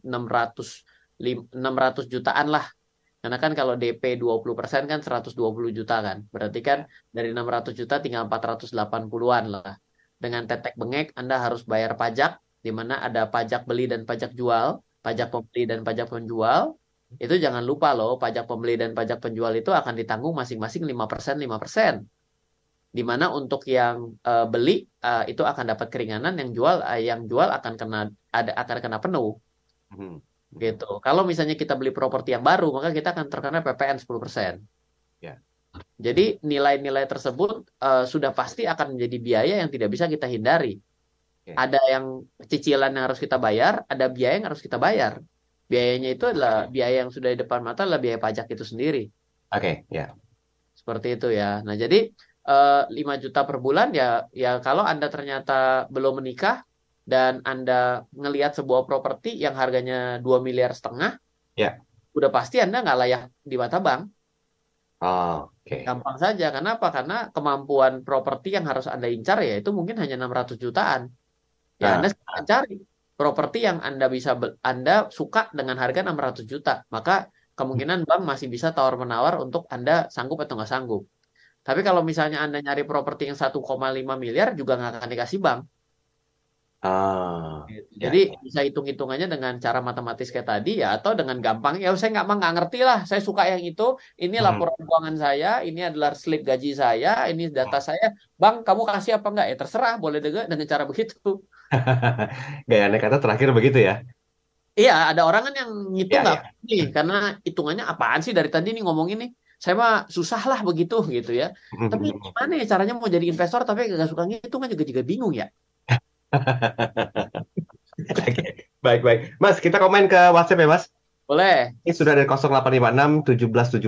600 jutaan lah. Karena kan kalau DP 20% kan 120 juta kan. Berarti kan dari 600 juta tinggal 480-an lah. Dengan tetek bengek Anda harus bayar pajak, di mana ada pajak beli dan pajak jual, pajak pembeli dan pajak penjual. Itu jangan lupa loh, pajak pembeli dan pajak penjual itu akan ditanggung masing-masing 5%. Di mana untuk yang beli itu akan dapat keringanan, yang jual akan kena penuh. Gitu. Kalau misalnya kita beli properti yang baru, maka kita akan terkena PPN 10%. Ya. Jadi nilai-nilai tersebut sudah pasti akan menjadi biaya yang tidak bisa kita hindari. Ada yang cicilan yang harus kita bayar, ada biaya yang harus kita bayar. Biayanya itu adalah biaya yang sudah di depan mata, adalah biaya pajak itu sendiri. Oke, ya. Seperti itu ya. Nah, jadi 5 juta per bulan ya kalau Anda ternyata belum menikah dan Anda ngelihat sebuah properti yang harganya 2,5 miliar, ya, udah pasti Anda nggak layak di mata bank. Oke. Gampang saja. Kenapa? Karena kemampuan properti yang harus Anda incar ya itu mungkin hanya 600 jutaan. Ya, Anda cari properti yang Anda suka dengan harga 600 juta. Maka kemungkinan bank masih bisa tawar-menawar untuk Anda sanggup atau nggak sanggup. Tapi kalau misalnya Anda nyari properti yang 1,5 miliar juga nggak akan dikasih bank. Jadi bisa hitung-hitungannya dengan cara matematis kayak tadi ya, atau dengan gampang ya saya nggak ngerti lah, saya suka yang itu, ini laporan keuangan saya, ini adalah slip gaji saya, ini data saya, bang kamu kasih apa enggak ya terserah, boleh dengan cara begitu. Gaya aneh kata terakhir begitu ya? Iya, ada orang kan yang ngitung nggak nih, karena hitungannya apaan sih dari tadi nih ngomongin nih, saya mah susah lah begitu gitu ya. Tapi gimana ya caranya mau jadi investor tapi nggak suka ngitung kan juga bingung ya. Baik. Mas, kita komen ke WhatsApp ya, Mas? Boleh. Ini sudah dari 0856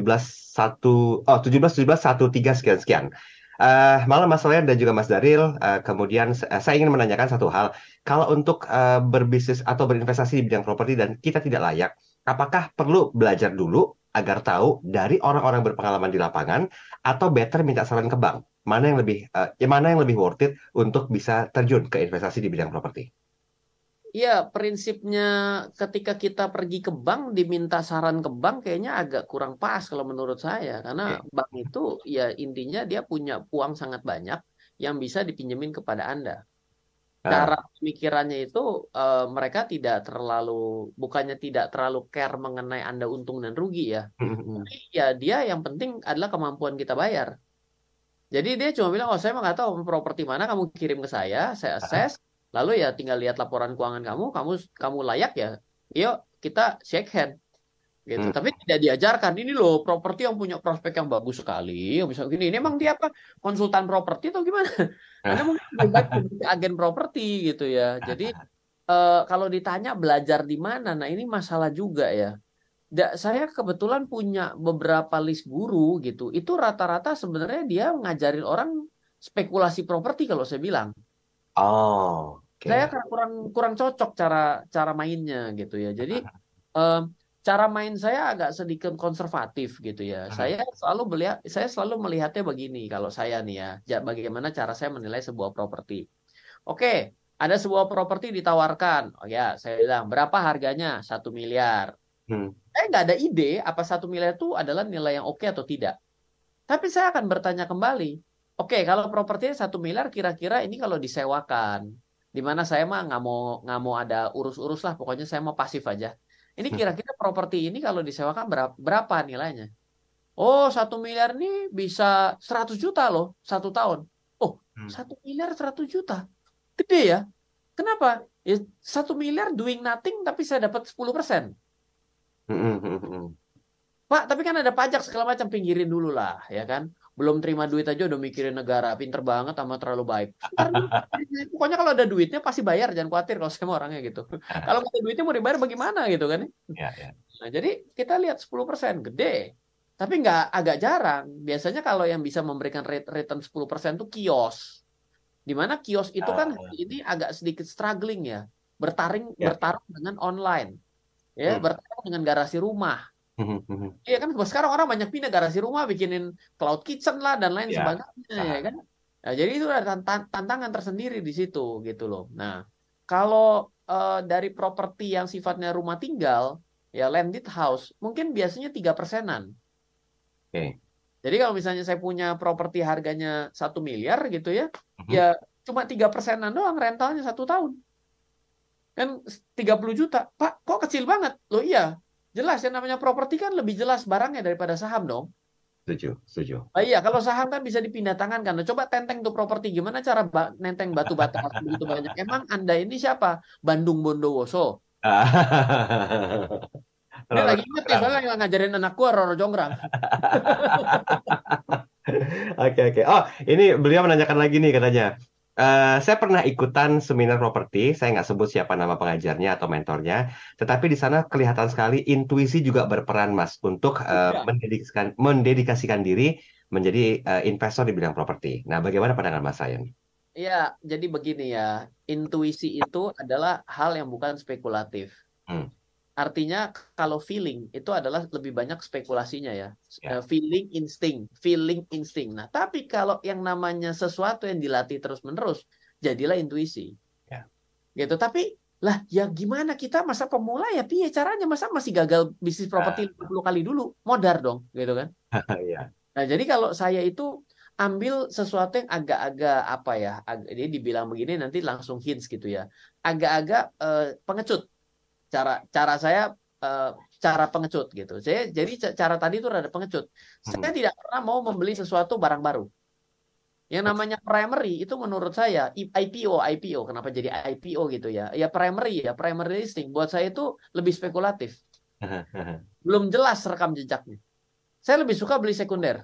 17 17 sekian. Malam Mas Ryan dan juga Mas Daril. Kemudian saya ingin menanyakan satu hal. Kalau untuk berbisnis atau berinvestasi di bidang properti dan kita tidak layak, apakah perlu belajar dulu agar tahu dari orang-orang berpengalaman di lapangan, atau better minta saran ke bank? Mana yang lebih worth it untuk bisa terjun ke investasi di bidang properti? Iya, prinsipnya ketika kita pergi ke bank diminta saran ke bank kayaknya agak kurang pas kalau menurut saya, karena bank itu ya intinya dia punya uang sangat banyak yang bisa dipinjemin kepada Anda. Cara pemikirannya itu mereka bukannya tidak terlalu care mengenai Anda untung dan rugi ya. Tapi ya dia yang penting adalah kemampuan kita bayar. Jadi dia cuma bilang, saya mah nggak tahu properti mana, kamu kirim ke saya assess, lalu ya tinggal lihat laporan keuangan kamu layak ya, yuk kita shake hand. Gitu. Tapi tidak diajarkan, ini loh properti yang punya prospek yang bagus sekali, yang bisa gini. Ini emang dia apa? Konsultan properti atau gimana? Anda mungkin lebih baik menjadi agen properti gitu ya. Jadi kalau ditanya belajar di mana, nah ini masalah juga ya. Saya kebetulan punya beberapa list guru gitu. Itu rata-rata sebenarnya dia ngajarin orang spekulasi properti kalau saya bilang. Saya kurang cocok cara mainnya gitu ya. Jadi cara main saya agak sedikit konservatif gitu ya. Saya selalu melihatnya begini kalau saya nih ya. Bagaimana cara saya menilai sebuah properti. Oke, ada sebuah properti ditawarkan. Oh ya, saya bilang berapa harganya? 1 miliar. Saya nggak ada ide apa 1 miliar itu adalah nilai yang oke atau tidak. Tapi saya akan bertanya kembali. Oke, kalau propertinya 1 miliar kira-kira ini kalau disewakan. Dimana saya mah nggak mau ada urus-urus lah. Pokoknya saya mau pasif aja. Ini kira-kira properti ini kalau disewakan berapa nilainya? Oh, 1 miliar ini bisa 100 juta loh 1 tahun. Oh, 1 miliar 100 juta. Gede ya. Kenapa? Ya, 1 miliar doing nothing tapi saya dapat 10%. Pak, tapi kan ada pajak segala macam, pinggirin dulu lah, ya kan? Belum terima duit aja udah mikirin negara, pinter banget sama terlalu baik. Pokoknya kalau ada duitnya pasti bayar, jangan khawatir kalau saya mau orangnya gitu. Kalau nggak ada duitnya mau dibayar bagaimana gitu kan? Nah, jadi kita lihat 10%, gede. Tapi agak jarang. Biasanya kalau yang bisa memberikan return 10% itu kios. Dimana kios itu kan ini agak sedikit struggling ya. Bertarung dengan online. Ya, bertarung dengan garasi rumah. Iya kan, sekarang orang banyak pindah garasi rumah, bikinin cloud kitchen lah dan lain sebagainya, ya kan. Nah, jadi itu ada tantangan tersendiri di situ gitu loh. Nah, kalau dari properti yang sifatnya rumah tinggal, ya landed house, mungkin biasanya 3%-an. Jadi kalau misalnya saya punya properti harganya 1 miliar gitu ya, ya cuma 3%-an doang rentalnya 1 tahun. Kan 30 juta. Pak, kok kecil banget? Loh iya, jelas yang namanya properti kan lebih jelas barangnya daripada saham dong. Setuju. Iya, kalau saham kan bisa dipindah tangan kan. Coba tenteng tuh properti, gimana cara nenteng batu bata begitu banyak? Emang Anda ini siapa? Bandung Bondowoso. Ini lagi ingat ya, soalnya ngajarin anakku Roro Jonggrang. Oke. Oh, ini beliau menanyakan lagi nih katanya. Saya pernah ikutan seminar properti, saya nggak sebut siapa nama pengajarnya atau mentornya, tetapi di sana kelihatan sekali intuisi juga berperan, Mas, untuk mendedikasikan diri menjadi investor di bidang properti. Nah, bagaimana pandangan Mas Ryan? Iya, jadi begini ya, intuisi itu adalah hal yang bukan spekulatif. Artinya kalau feeling itu adalah lebih banyak spekulasinya ya. Feeling insting. Nah, tapi kalau yang namanya sesuatu yang dilatih terus-menerus, jadilah intuisi. Gitu. Tapi lah ya gimana kita masa pemula ya piye caranya, masa masih gagal bisnis properti 50 kali dulu, modar dong gitu kan. Nah jadi kalau saya itu ambil sesuatu yang agak-agak apa ya, dia dibilang begini nanti langsung hints gitu ya, agak-agak pengecut. Cara saya cara pengecut gitu. Jadi cara tadi itu rada pengecut. Saya tidak pernah mau membeli sesuatu barang baru. Yang namanya primary itu menurut saya IPO. Kenapa jadi IPO gitu ya? Ya primary listing. Buat saya itu lebih spekulatif. Belum jelas rekam jejaknya. Saya lebih suka beli sekunder.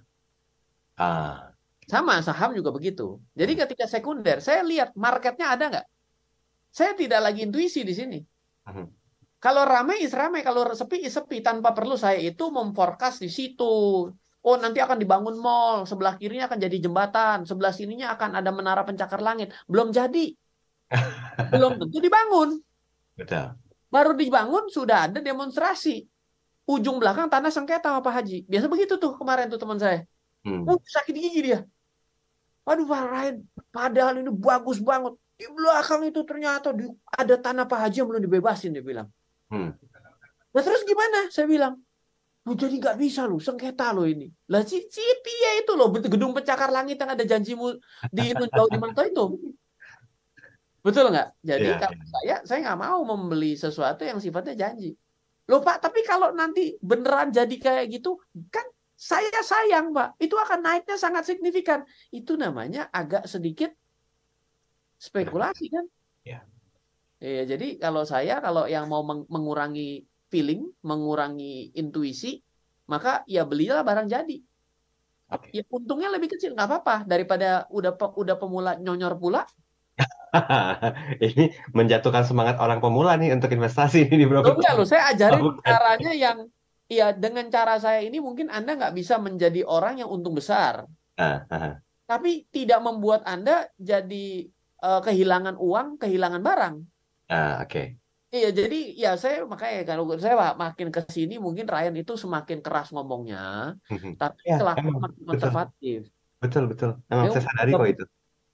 Sama saham juga begitu. Jadi ketika sekunder, saya lihat marketnya ada nggak. Saya tidak lagi intuisi di sini. Kalau ramai is ramai, kalau sepi is sepi. Tanpa perlu saya itu memforecast di situ. Oh nanti akan dibangun mall, sebelah kirinya akan jadi jembatan, sebelah sininya akan ada menara pencakar langit. Belum jadi. Belum tentu dibangun. Betul. Baru dibangun sudah ada demonstrasi. Ujung belakang tanah sengketa sama Pak Haji. Biasa begitu tuh kemarin tuh teman saya. Sakit gigi dia. Waduh Pak Ryan, padahal ini bagus banget. Di belakang itu ternyata ada tanah Pak Haji yang belum dibebasin, dia bilang. Nah terus gimana? Saya bilang. Jadi nggak bisa loh, sengketa loh ini. Lah ya itu loh, gedung pencakar langit yang ada janjimu di jauh di Manto itu. Betul nggak? Jadi kalau saya nggak mau membeli sesuatu yang sifatnya janji. Loh Pak, tapi kalau nanti beneran jadi kayak gitu, kan saya sayang Pak. Itu akan naiknya sangat signifikan. Itu namanya agak sedikit spekulasi kan? Iya, jadi kalau yang mau mengurangi feeling, mengurangi intuisi, maka ya belilah barang jadi. Ya untungnya lebih kecil, nggak apa-apa daripada udah pemula nyonyor pula. Ini menjatuhkan semangat orang pemula nih untuk investasi ini di properti. Enggak loh, saya ajarin caranya yang ya dengan cara saya ini mungkin Anda nggak bisa menjadi orang yang untung besar. Tapi tidak membuat Anda jadi kehilangan uang, kehilangan barang. Oke. Iya, jadi ya saya makanya kalau saya makin ke sini mungkin Ryan itu semakin keras ngomongnya, tapi kelakuan makin konservatif. Betul. Emang saya sadari kok itu.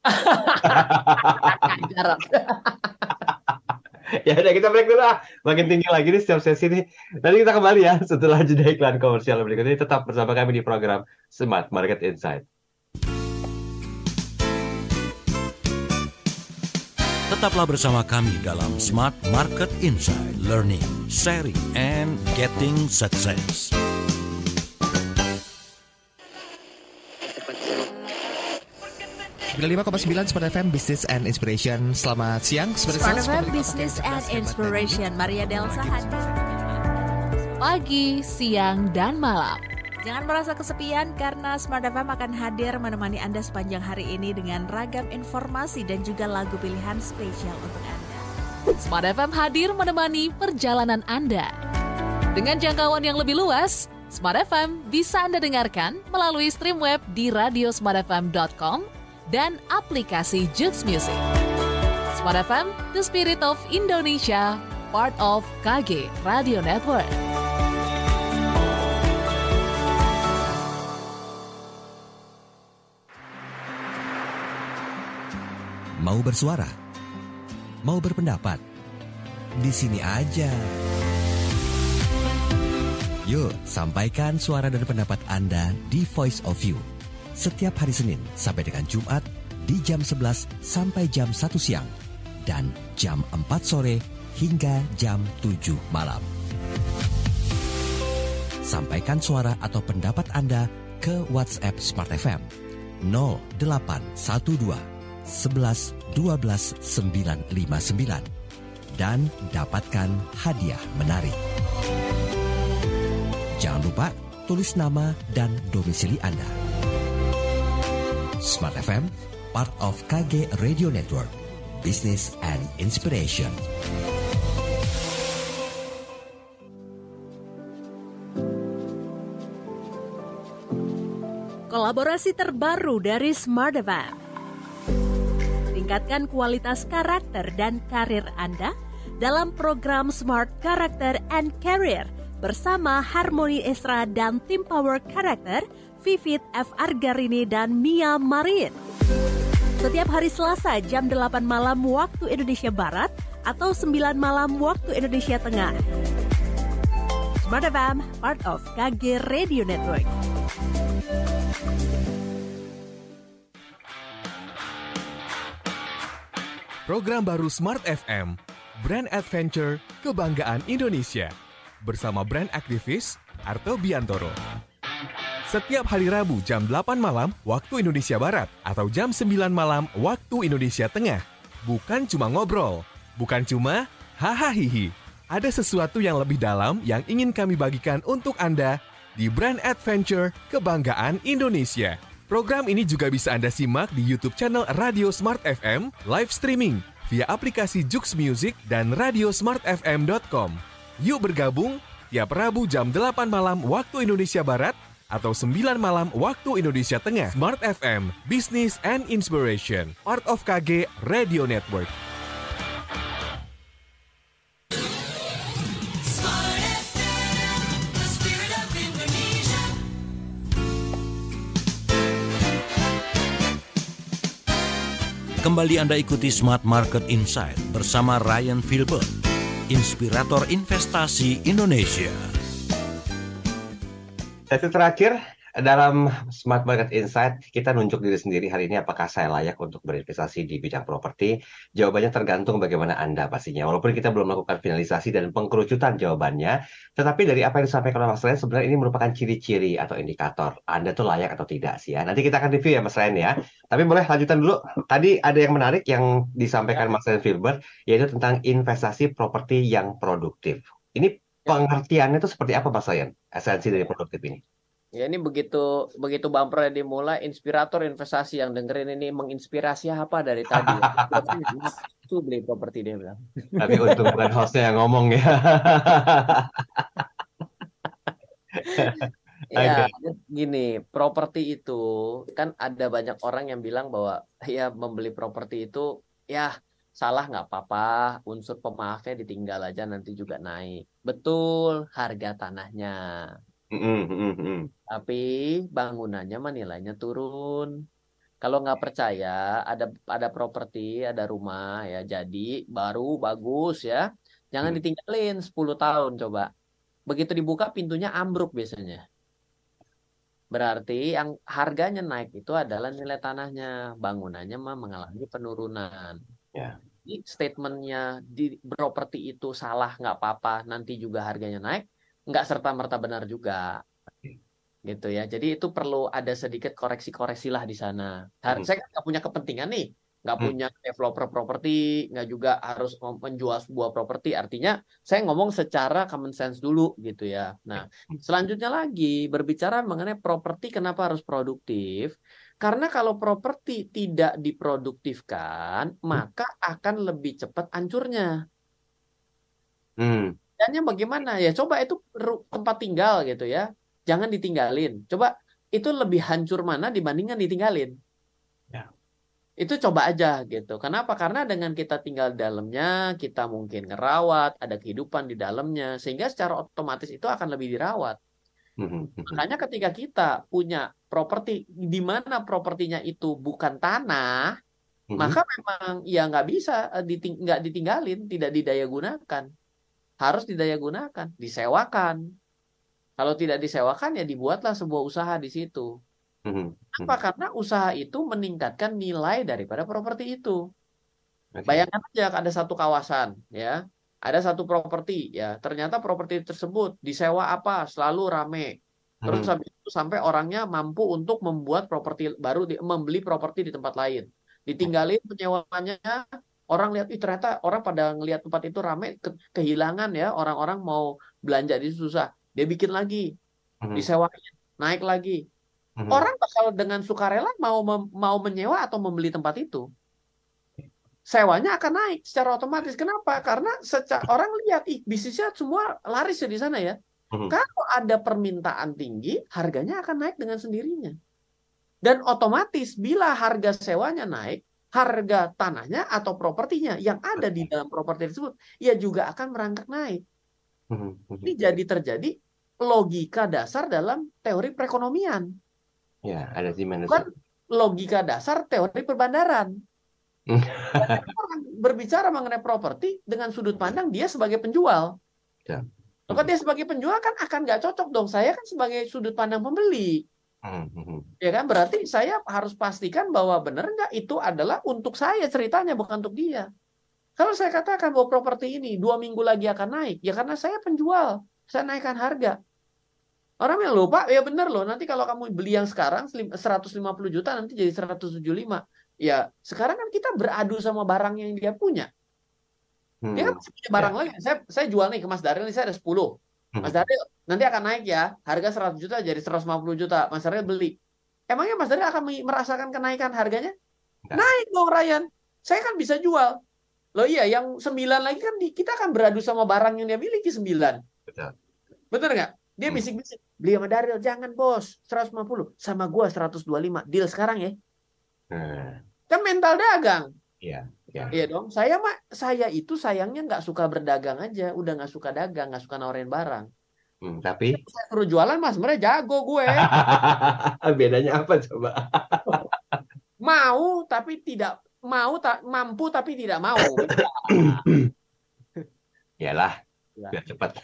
Ya udah kita break dulu Makin tinggi lagi nih setiap sesi nih. Nanti kita kembali ya setelah jeda iklan komersial berikut ini. Tetap bersama kami di program Smart Market Insight. Tetaplah bersama kami dalam Smart Market Insight, Learning, Sharing, and Getting Success. Bila 5,9 Smart FM Business and Inspiration. Selamat siang Smart FM Business and Inspiration. Maria Delsa hadir pagi, siang, dan malam. Jangan merasa kesepian karena Smart FM akan hadir menemani Anda sepanjang hari ini dengan ragam informasi dan juga lagu pilihan spesial untuk Anda. Smart FM hadir menemani perjalanan Anda. Dengan jangkauan yang lebih luas, Smart FM bisa Anda dengarkan melalui stream web di radiosmartfm.com dan aplikasi Joox Music. Smart FM, the spirit of Indonesia, part of KG Radio Network. Mau bersuara? Mau berpendapat? Di sini aja. Yuk, sampaikan suara dan pendapat Anda di Voice of You. Setiap hari Senin sampai dengan Jumat di jam 11 sampai jam 1 siang. Dan jam 4 sore hingga jam 7 malam. Sampaikan suara atau pendapat Anda ke WhatsApp Smart FM 0812 11 12 959 dan dapatkan hadiah menarik. Jangan lupa tulis nama dan domisili Anda. Smart FM, part of KG Radio Network, Business and Inspiration. Kolaborasi terbaru dari Smart FM. Tingkatkan kualitas karakter dan karir Anda dalam program Smart Character and Career bersama Harmony Esra dan tim Power Character Vivit F. Argarini dan Mia Marin. Setiap hari Selasa jam 8 malam waktu Indonesia Barat atau 9 malam waktu Indonesia Tengah. Smart FM, part of KG Radio Network. Program baru Smart FM, Brand Adventure Kebanggaan Indonesia, bersama brand aktivis Arto Biantoro. Setiap hari Rabu jam 8 malam waktu Indonesia Barat atau jam 9 malam waktu Indonesia Tengah. Bukan cuma ngobrol, bukan cuma hahaha. Ada sesuatu yang lebih dalam yang ingin kami bagikan untuk Anda di Brand Adventure Kebanggaan Indonesia. Program ini juga bisa Anda simak di YouTube channel Radio Smart FM, live streaming via aplikasi Joox Music dan radiosmartfm.com. Yuk bergabung tiap Rabu jam 8 malam waktu Indonesia Barat atau 9 malam waktu Indonesia Tengah. Smart FM, Business and Inspiration, part of KG Radio Network. Kembali Anda ikuti Smart Market Insight bersama Ryan Filbert, inspirator investasi Indonesia. Sesi terakhir dalam Smart Market Insight, kita nunjuk diri sendiri hari ini apakah saya layak untuk berinvestasi di bidang properti. Jawabannya tergantung bagaimana Anda pastinya. Walaupun kita belum melakukan finalisasi dan pengkerucutan jawabannya, tetapi dari apa yang disampaikan oleh Mas Ryan, sebenarnya ini merupakan ciri-ciri atau indikator Anda tuh layak atau tidak sih ya. Nanti kita akan review ya Mas Ryan ya. Tapi boleh lanjutan dulu. Tadi ada yang menarik yang disampaikan Mas Ryan Filbert, yaitu tentang investasi properti yang produktif. Ini pengertiannya itu seperti apa Mas Ryan? Esensi dari produktif ini? Ya ini begitu bumpernya dimulai, inspirator investasi yang dengerin ini menginspirasi apa dari tadi? Itu beli properti dia bilang. Tapi untung bukan hostnya yang ngomong ya. Ya, gini, properti itu kan ada banyak orang yang bilang bahwa ya membeli properti itu ya salah nggak apa-apa, unsur pemaafnya ditinggal aja nanti juga naik. Betul, harga tanahnya. Tapi bangunannya mah nilainya turun. Kalau nggak percaya, ada properti, ada rumah ya, jadi baru bagus ya, jangan ditinggalin 10 tahun coba. Begitu dibuka pintunya ambruk biasanya. Berarti yang harganya naik itu adalah nilai tanahnya, bangunannya mah mengalami penurunan. Ya. Jadi statementnya di properti itu salah nggak apa-apa, nanti juga harganya naik. Nggak serta-merta benar juga, gitu ya. Jadi itu perlu ada sedikit koreksi-koreksi lah di sana. Saya kan nggak punya kepentingan nih, nggak punya developer properti, nggak juga harus menjual sebuah properti. Artinya saya ngomong secara common sense dulu, gitu ya. Nah, selanjutnya lagi berbicara mengenai properti kenapa harus produktif? Karena kalau properti tidak diproduktifkan, maka akan lebih cepat hancurnya. Caranya bagaimana ya? Coba itu tempat tinggal gitu ya, jangan ditinggalin. Coba itu lebih hancur mana dibandingkan ditinggalin? Ya. Itu coba aja gitu. Kenapa? Karena dengan kita tinggal di dalamnya, kita mungkin ngerawat, ada kehidupan di dalamnya, sehingga secara otomatis itu akan lebih dirawat. Makanya ketika kita punya properti di mana propertinya itu bukan tanah, maka memang ya nggak bisa nggak ditinggalin, tidak didaya gunakan. Harus didaya gunakan, disewakan. Kalau tidak disewakan ya dibuatlah sebuah usaha di situ. Kenapa? Karena usaha itu meningkatkan nilai daripada properti itu. Bayangkan aja ada satu kawasan ya, ada satu properti ya, ternyata properti tersebut disewa apa selalu rame. Terus sampai orangnya mampu untuk membuat properti baru, membeli properti di tempat lain. Ditinggalin penyewanya. Orang lihat, ternyata orang pada ngelihat tempat itu ramai, kehilangan ya, orang-orang mau belanja di susah. Dia bikin lagi, disewain, naik lagi. Orang bakal dengan sukarela mau menyewa atau membeli tempat itu. Sewanya akan naik secara otomatis. Kenapa? Karena orang lihat, bisnisnya semua laris ya di sana ya. Kalau ada permintaan tinggi, harganya akan naik dengan sendirinya. Dan otomatis bila harga sewanya naik, harga tanahnya atau propertinya yang ada di dalam properti tersebut ya juga akan merangkak naik. Ini jadi terjadi logika dasar dalam teori perekonomian. Ya, ada demand. Bukan logika dasar teori perbandaran. Orang berbicara mengenai properti dengan sudut pandang dia sebagai penjual. Ya. Kalau dia sebagai penjual kan akan nggak cocok dong. Saya kan sebagai sudut pandang pembeli. Ya kan, berarti saya harus pastikan bahwa benar nggak itu adalah untuk saya ceritanya, bukan untuk dia. Kalau saya katakan bahwa properti ini 2 minggu lagi akan naik, ya karena saya penjual, saya naikkan harga. Orang yang lupa, ya benar loh, nanti kalau kamu beli yang sekarang 150 juta, nanti jadi 175. Ya, sekarang kan kita beradu sama barang yang dia punya. Dia kan masih punya barang lagi. Saya jual nih ke Mas Daryl, saya ada 10. Mas Daryl, nanti akan naik ya, harga 100 juta jadi 150 juta. Mas Daryl beli. Emangnya Mas Daryl akan merasakan kenaikan harganya? Naik dong, Ryan. Saya kan bisa jual. Loh iya, yang 9 lagi kan kita akan beradu sama barang yang dia miliki 9. Betul nggak? Dia bisik-bisik, beli sama Daryl, jangan bos, 150. Sama gua 125. Deal sekarang ya. Kan mental dagang. Iya. Iya dong. Saya itu sayangnya nggak suka berdagang aja. Udah nggak suka dagang, nggak suka nawarin barang. Tapi saya suruh jualan mas, sebenarnya jago gue. Bedanya apa coba? Mau tapi tidak mau, mampu tapi tidak mau. Yalah, biar cepat.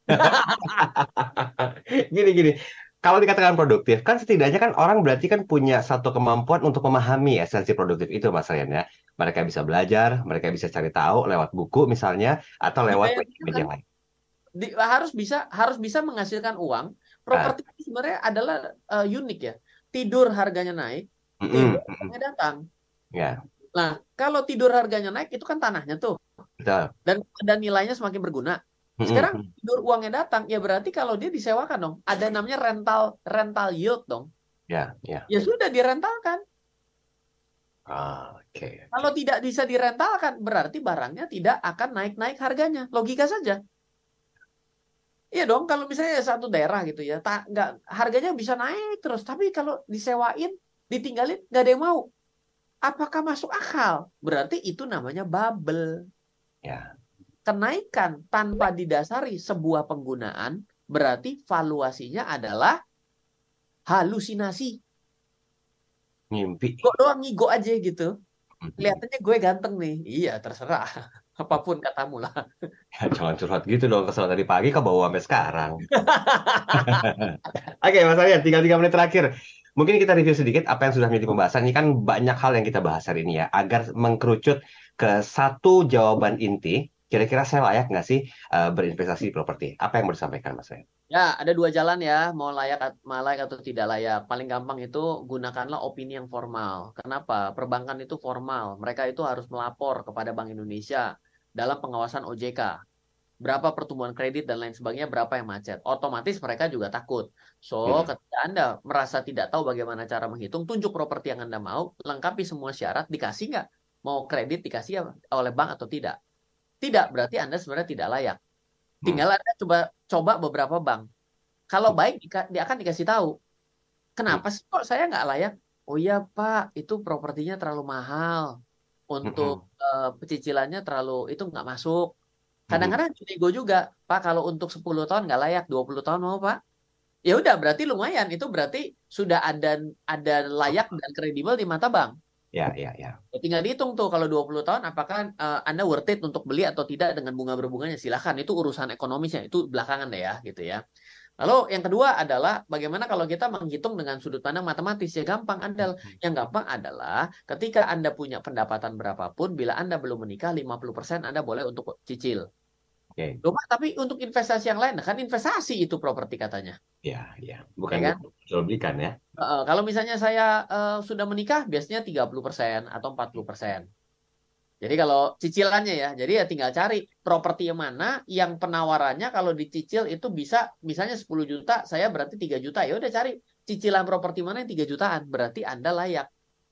Gini. Kalau dikatakan produktif, kan setidaknya kan orang berarti kan punya satu kemampuan untuk memahami esensi produktif itu, Mas Ryan ya. Mereka bisa belajar, mereka bisa cari tahu lewat buku misalnya, atau lewat media lain. Harus bisa menghasilkan uang. Properti itu sebenarnya adalah unik ya. Tidur harganya naik, tidur harganya datang. Ya. Nah, kalau tidur harganya naik itu kan tanahnya tuh. Betul. Dan nilainya semakin berguna. Sekarang tidur uangnya datang, ya berarti kalau dia disewakan dong. Ada namanya rental yield dong. Ya. Ya sudah direntalkan. Oke. Kalau tidak bisa direntalkan, berarti barangnya tidak akan naik-naik harganya. Logika saja. Iya dong, kalau misalnya satu daerah gitu ya, harganya bisa naik terus. Tapi kalau disewain, ditinggalin, nggak ada yang mau. Apakah masuk akal? Berarti itu namanya bubble. Ya. Kenaikan tanpa didasari sebuah penggunaan, berarti valuasinya adalah halusinasi. Mimpi. Kok doang ngigo aja gitu. Kelihatannya gue ganteng nih. Iya, terserah. Apapun katamu lah. Ya, jangan curhat gitu dong. Kesel tadi pagi kau bawa sampai sekarang. Oke, Mas Aryan, tinggal 3 menit terakhir. Mungkin kita review sedikit apa yang sudah menjadi pembahasan. Ini kan banyak hal yang kita bahas hari ini ya. Agar mengkerucut ke satu jawaban inti. Kira-kira saya layak nggak sih berinvestasi di properti? Apa yang mau disampaikan, Mas Ryan? Ya, ada 2 jalan ya, mau layak atau tidak layak. Paling gampang itu gunakanlah opini yang formal. Kenapa? Perbankan itu formal. Mereka itu harus melapor kepada Bank Indonesia dalam pengawasan OJK. Berapa pertumbuhan kredit dan lain sebagainya, berapa yang macet. Otomatis mereka juga takut. So, ketika Anda merasa tidak tahu bagaimana cara menghitung, tunjuk properti yang Anda mau, lengkapi semua syarat, dikasih nggak? Mau kredit dikasih oleh bank atau tidak? Tidak, berarti Anda sebenarnya tidak layak. Tinggal Anda coba beberapa bank. Kalau baik, dia akan dikasih tahu. Kenapa sih kok saya nggak layak? Oh iya Pak, itu propertinya terlalu mahal. Untuk cicilannya itu nggak masuk. Kadang-kadang nego juga. Pak, kalau untuk 10 tahun nggak layak, 20 tahun mau Pak? Ya udah, berarti lumayan. Itu berarti sudah ada layak dan kredibel di mata bank. Ya. Tinggal dihitung tuh kalau 20 tahun apakah Anda worth it untuk beli atau tidak dengan bunga berbunganya, silakan, itu urusan ekonomisnya, itu belakangan deh ya gitu ya. Lalu yang kedua adalah bagaimana kalau kita menghitung dengan sudut pandang matematis, ya gampang yang gampang adalah ketika Anda punya pendapatan berapapun, bila Anda belum menikah 50% Anda boleh untuk cicil. Okay. Loh, tapi untuk investasi yang lain, kan investasi itu properti katanya. Iya. Bukan ya kan? Jual belikan ya. Kalau misalnya saya sudah menikah, biasanya 30% atau 40%. Jadi kalau cicilannya ya, jadi ya tinggal cari properti yang mana yang penawarannya kalau dicicil itu bisa, misalnya 10 juta, saya berarti 3 juta. Ya udah cari cicilan properti mana yang 3 jutaan, berarti Anda layak.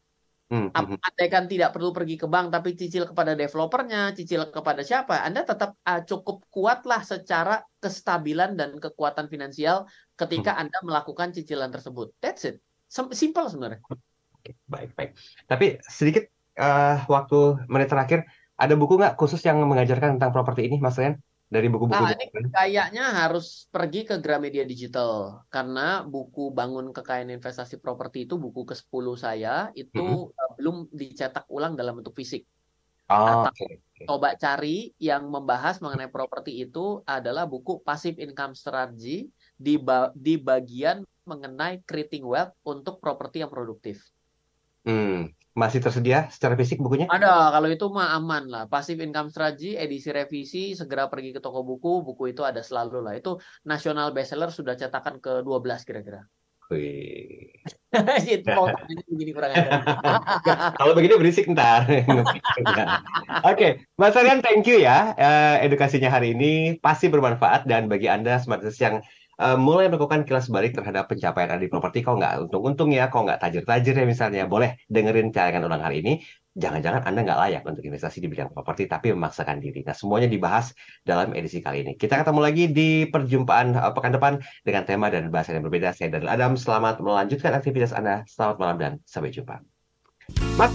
Anda kan tidak perlu pergi ke bank, tapi cicil kepada developernya, cicil kepada siapa, Anda tetap cukup kuatlah secara kestabilan dan kekuatan finansial ketika Anda melakukan cicilan tersebut. That's it. Simple sebenarnya. Oke, baik. Tapi sedikit waktu menit terakhir, ada buku nggak khusus yang mengajarkan tentang properti ini, Mas Rian? Dari buku-buku Ini kayaknya harus pergi ke Gramedia Digital karena buku Bangun Kekayaan Investasi Properti itu buku ke-10 saya itu belum dicetak ulang dalam bentuk fisik. Coba cari yang membahas mengenai properti itu adalah buku Passive Income Strategy di bagian mengenai creating wealth untuk properti yang produktif. Masih tersedia secara fisik bukunya? Ada, kalau itu mah aman lah. Passive Income Strategy, edisi revisi, segera pergi ke toko buku itu ada selalu lah. Itu nasional bestseller sudah cetakan ke-12 kira-kira. Wih. Itu begini kurang ajar. Kalau begini berisik ntar. Oke, Mas Rian, thank you ya. Edukasinya hari ini pasti bermanfaat, dan bagi Anda Smarters yang mulai melakukan kilas balik terhadap pencapaian Anda di properti, kok nggak untung-untung ya, kok nggak tajir-tajir ya misalnya, boleh dengerin tayangan ulang hari ini. Jangan-jangan Anda nggak layak untuk investasi di bidang properti, tapi memaksakan diri. Nah, semuanya dibahas dalam edisi kali ini. Kita ketemu lagi di perjumpaan pekan depan dengan tema dan bahasan yang berbeda. Saya Daniel Adam, selamat melanjutkan aktivitas Anda. Selamat malam dan sampai jumpa. Mas.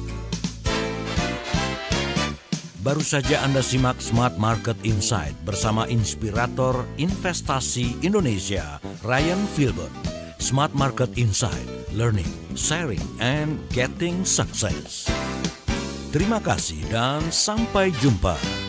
Baru saja Anda simak Smart Market Insight bersama inspirator investasi Indonesia, Ryan Filbert. Smart Market Insight, learning, sharing, and getting success. Terima kasih dan sampai jumpa.